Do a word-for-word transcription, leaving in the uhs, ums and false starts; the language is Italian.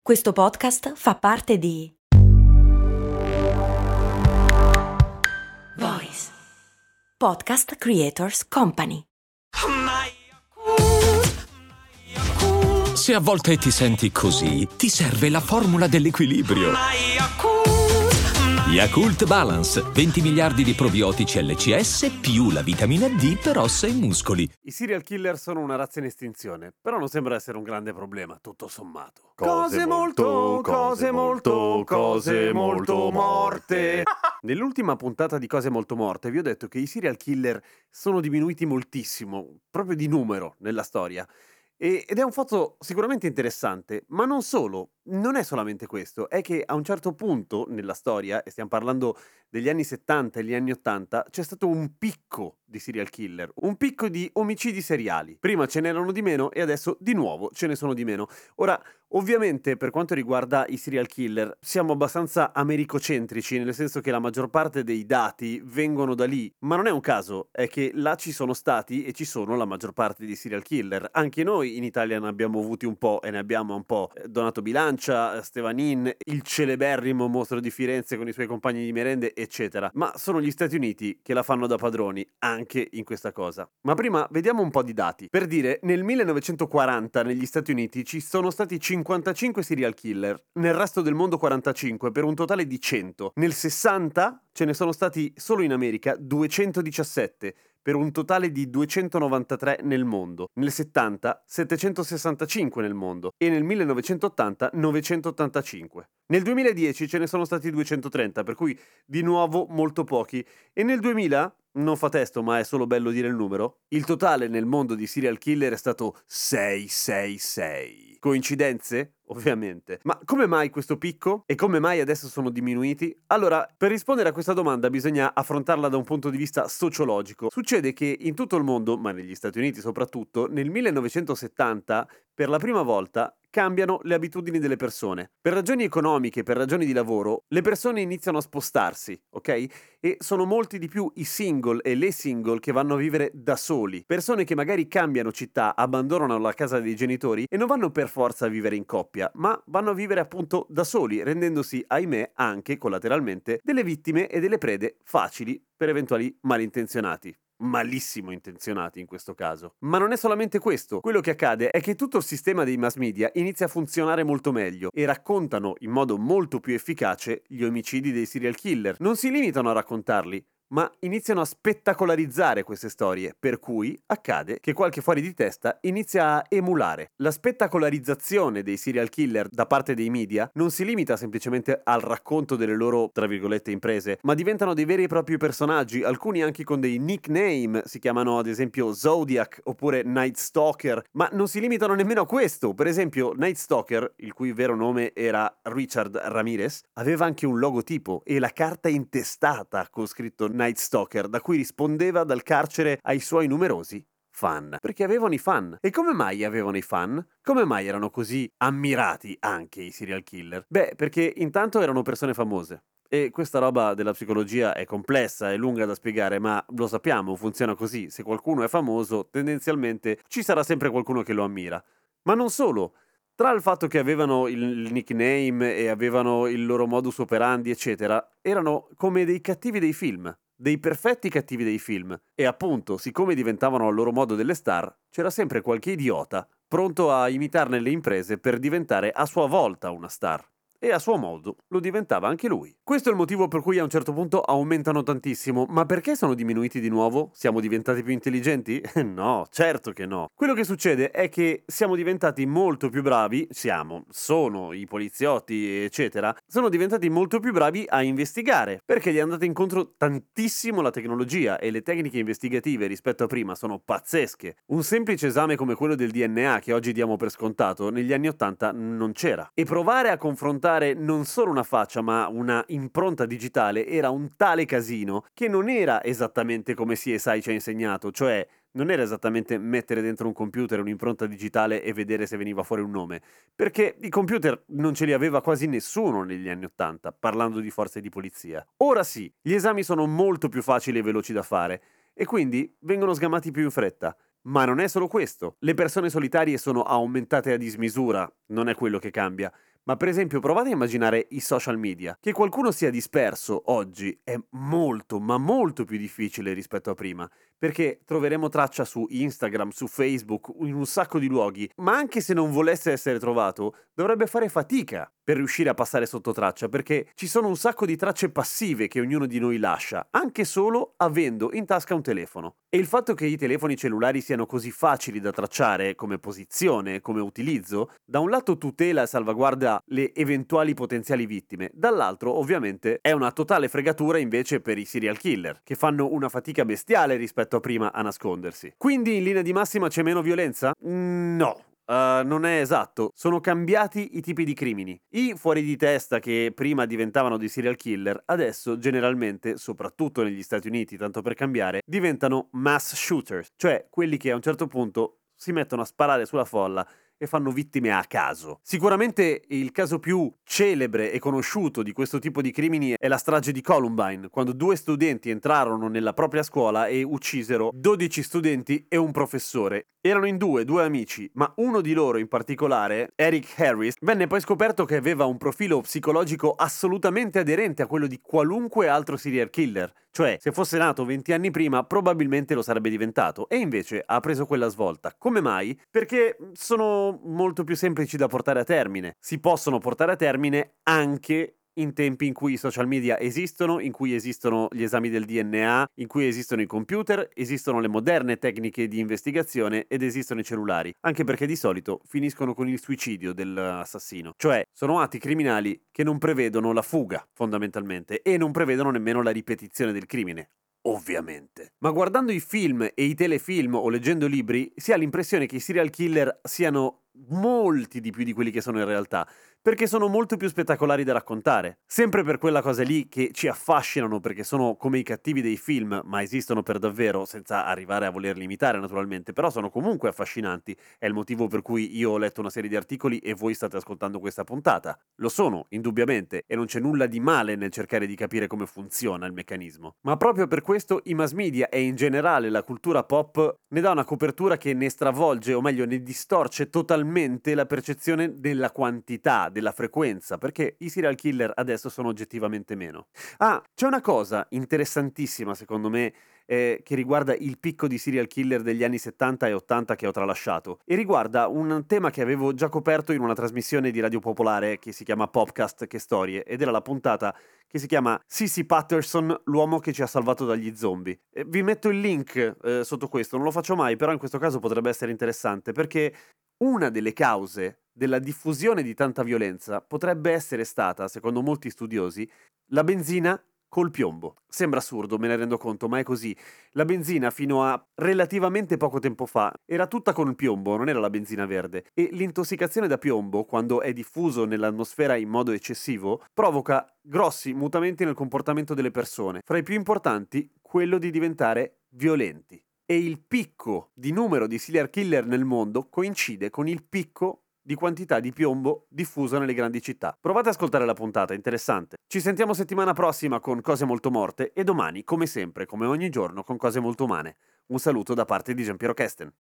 Questo podcast fa parte di Voice Podcast Creators Company. Se a volte ti senti così, ti serve la formula dell'equilibrio. Yakult Balance, venti miliardi di probiotici L C S più la vitamina D per ossa e muscoli. I serial killer sono una razza in estinzione, però non sembra essere un grande problema, tutto sommato. Cose molto, cose molto, cose molto morte. Nell'ultima puntata di Cose molto morte vi ho detto che i serial killer sono diminuiti moltissimo, proprio di numero, nella storia. E- ed è un fatto sicuramente interessante, ma non solo, non è solamente questo, è che a un certo punto nella storia, e stiamo parlando degli anni settanta e gli anni ottanta, c'è stato un picco di serial killer, un picco di omicidi seriali. Prima ce n'erano di meno e adesso di nuovo ce ne sono di meno. Ora, ovviamente per quanto riguarda i serial killer siamo abbastanza americocentrici, nel senso che la maggior parte dei dati vengono da lì, ma non è un caso, è che là ci sono stati e ci sono la maggior parte di serial killer. Anche noi in Italia ne abbiamo avuti un po' e ne abbiamo un po'. Donato Bilancia, Stevanin, il celeberrimo mostro di Firenze con i suoi compagni di merende, eccetera. Ma sono gli Stati Uniti che la fanno da padroni anche in questa cosa. Ma prima vediamo un po' di dati. Per dire, nel millenovecentoquaranta negli Stati Uniti ci sono stati cinquantacinque serial killer, nel resto del mondo quarantacinque, per un totale di cento. Nel sessanta ce ne sono stati solo in America duecentodiciassette, per un totale di duecentonovantatré nel mondo. Nel settanta settecentosessantacinque nel mondo e nel millenovecentottanta novecentottantacinque. Nel duemiladieci ce ne sono stati duecentotrenta, per cui di nuovo molto pochi. E nel duemila, non fa testo ma è solo bello dire il numero, il totale nel mondo di serial killer è stato seicentosessantasei. Coincidenze? Ovviamente. Ma come mai questo picco? E come mai adesso sono diminuiti? Allora, per rispondere a questa domanda bisogna affrontarla da un punto di vista sociologico. Succede che in tutto il mondo, ma negli Stati Uniti soprattutto, nel millenovecentosettanta, per la prima volta, cambiano le abitudini delle persone. Per ragioni economiche, per ragioni di lavoro, le persone iniziano a spostarsi, ok? E sono molti di più i single e le single che vanno a vivere da soli. Persone che magari cambiano città, abbandonano la casa dei genitori e non vanno per forza a vivere in coppia, ma vanno a vivere appunto da soli, rendendosi, ahimè, anche collateralmente, delle vittime e delle prede facili per eventuali malintenzionati. Malissimo intenzionati in questo caso. Ma non è solamente questo. Quello che accade è che tutto il sistema dei mass media inizia a funzionare molto meglio e raccontano in modo molto più efficace gli omicidi dei serial killer. Non si limitano a raccontarli, ma iniziano a spettacolarizzare queste storie, per cui accade che qualche fuori di testa inizia a emulare. La spettacolarizzazione dei serial killer da parte dei media non si limita semplicemente al racconto delle loro, tra virgolette, imprese, ma diventano dei veri e propri personaggi, alcuni anche con dei nickname, si chiamano ad esempio Zodiac oppure Night Stalker, ma non si limitano nemmeno a questo. Per esempio, Night Stalker, il cui vero nome era Richard Ramirez, aveva anche un logotipo e la carta intestata con scritto Night Stalker, da cui rispondeva dal carcere ai suoi numerosi fan. Perché avevano i fan. E come mai avevano i fan? Come mai erano così ammirati anche i serial killer? Beh, perché intanto erano persone famose. E questa roba della psicologia è complessa, è lunga da spiegare, ma lo sappiamo, funziona così. Se qualcuno è famoso, tendenzialmente ci sarà sempre qualcuno che lo ammira. Ma non solo. Tra il fatto che avevano il nickname e avevano il loro modus operandi, eccetera, erano come dei cattivi dei film. Dei perfetti cattivi dei film. E appunto, siccome diventavano a loro modo delle star, c'era sempre qualche idiota pronto a imitarne le imprese per diventare a sua volta una star. E a suo modo lo diventava anche lui. Questo è il motivo per cui a un certo punto aumentano tantissimo. Ma perché sono diminuiti di nuovo? Siamo diventati più intelligenti? No, certo che no. Quello che succede è che siamo diventati molto più bravi, siamo, sono i poliziotti, eccetera, sono diventati molto più bravi a investigare, perché gli è andata incontro tantissimo la tecnologia e le tecniche investigative rispetto a prima sono pazzesche. Un semplice esame come quello del D N A che oggi diamo per scontato, negli anni ottanta non c'era. E provare a confrontare non solo una faccia ma una impronta digitale era un tale casino che non era esattamente come C S I ci ha insegnato, cioè non era esattamente mettere dentro un computer un'impronta digitale e vedere se veniva fuori un nome, perché i computer non ce li aveva quasi nessuno negli anni ottanta, parlando di forze di polizia. Ora sì, gli esami sono molto più facili e veloci da fare e quindi vengono sgamati più in fretta. Ma non è solo questo, le persone solitarie sono aumentate a dismisura, non è quello che cambia. Ma per esempio provate a immaginare i social media. Che qualcuno sia disperso oggi è molto, ma molto più difficile rispetto a prima, perché troveremo traccia su Instagram, su Facebook, in un sacco di luoghi, ma anche se non volesse essere trovato, dovrebbe fare fatica per riuscire a passare sotto traccia, perché ci sono un sacco di tracce passive che ognuno di noi lascia, anche solo avendo in tasca un telefono. E il fatto che i telefoni cellulari siano così facili da tracciare come posizione, come utilizzo, da un lato tutela e salvaguarda le eventuali potenziali vittime, dall'altro ovviamente è una totale fregatura invece per i serial killer, che fanno una fatica bestiale rispetto a prima a nascondersi. Quindi in linea di massima c'è meno violenza? Mm, no. Uh, non è esatto, sono cambiati i tipi di crimini. I fuori di testa che prima diventavano dei serial killer, adesso generalmente, soprattutto negli Stati Uniti, tanto per cambiare, diventano mass shooters, cioè quelli che a un certo punto si mettono a sparare sulla folla e fanno vittime a caso. Sicuramente il caso più celebre e conosciuto di questo tipo di crimini è la strage di Columbine, quando due studenti entrarono nella propria scuola e uccisero dodici studenti e un professore. Erano in due, due amici, ma uno di loro in particolare, Eric Harris, venne poi scoperto che aveva un profilo psicologico assolutamente aderente a quello di qualunque altro serial killer. Cioè, se fosse nato venti anni prima, probabilmente lo sarebbe diventato, e invece ha preso quella svolta. Come mai? Perché sono molto più semplici da portare a termine. Si possono portare a termine anche in tempi in cui i social media esistono, in cui esistono gli esami del D N A, in cui esistono i computer, esistono le moderne tecniche di investigazione ed esistono i cellulari, anche perché di solito finiscono con il suicidio dell'assassino. Cioè, sono atti criminali che non prevedono la fuga, fondamentalmente, e non prevedono nemmeno la ripetizione del crimine. Ovviamente. Ma guardando i film e i telefilm o leggendo libri, si ha l'impressione che i serial killer siano molti di più di quelli che sono in realtà, perché sono molto più spettacolari da raccontare. Sempre per quella cosa lì che ci affascinano perché sono come i cattivi dei film, ma esistono per davvero, senza arrivare a volerli imitare naturalmente, però sono comunque affascinanti. È il motivo per cui io ho letto una serie di articoli e voi state ascoltando questa puntata. Lo sono, indubbiamente, e non c'è nulla di male nel cercare di capire come funziona il meccanismo. Ma proprio per questo i mass media e in generale la cultura pop ne dà una copertura che ne stravolge, o meglio ne distorce totalmente la percezione della quantità, della frequenza, perché i serial killer adesso sono oggettivamente meno. Ah, c'è una cosa interessantissima secondo me eh, che riguarda il picco di serial killer degli anni settanta e ottanta che ho tralasciato, e riguarda un tema che avevo già coperto in una trasmissione di Radio Popolare che si chiama Popcast Che Storie, ed era la puntata che si chiama Sissy Patterson, l'uomo che ci ha salvato dagli zombie. E vi metto il link eh, sotto questo, non lo faccio mai, però in questo caso potrebbe essere interessante, perché una delle cause della diffusione di tanta violenza potrebbe essere stata, secondo molti studiosi, la benzina col piombo. Sembra assurdo, me ne rendo conto, ma è così. La benzina fino a relativamente poco tempo fa era tutta con il piombo, non era la benzina verde, e l'intossicazione da piombo, quando è diffuso nell'atmosfera in modo eccessivo, provoca grossi mutamenti nel comportamento delle persone, fra i più importanti quello di diventare violenti. E il picco di numero di serial killer nel mondo coincide con il picco di quantità di piombo diffuso nelle grandi città. Provate ad ascoltare la puntata, interessante. Ci sentiamo settimana prossima con Cose Molto Morte e domani, come sempre, come ogni giorno, con Cose Molto Umane. Un saluto da parte di Giampiero Kesten.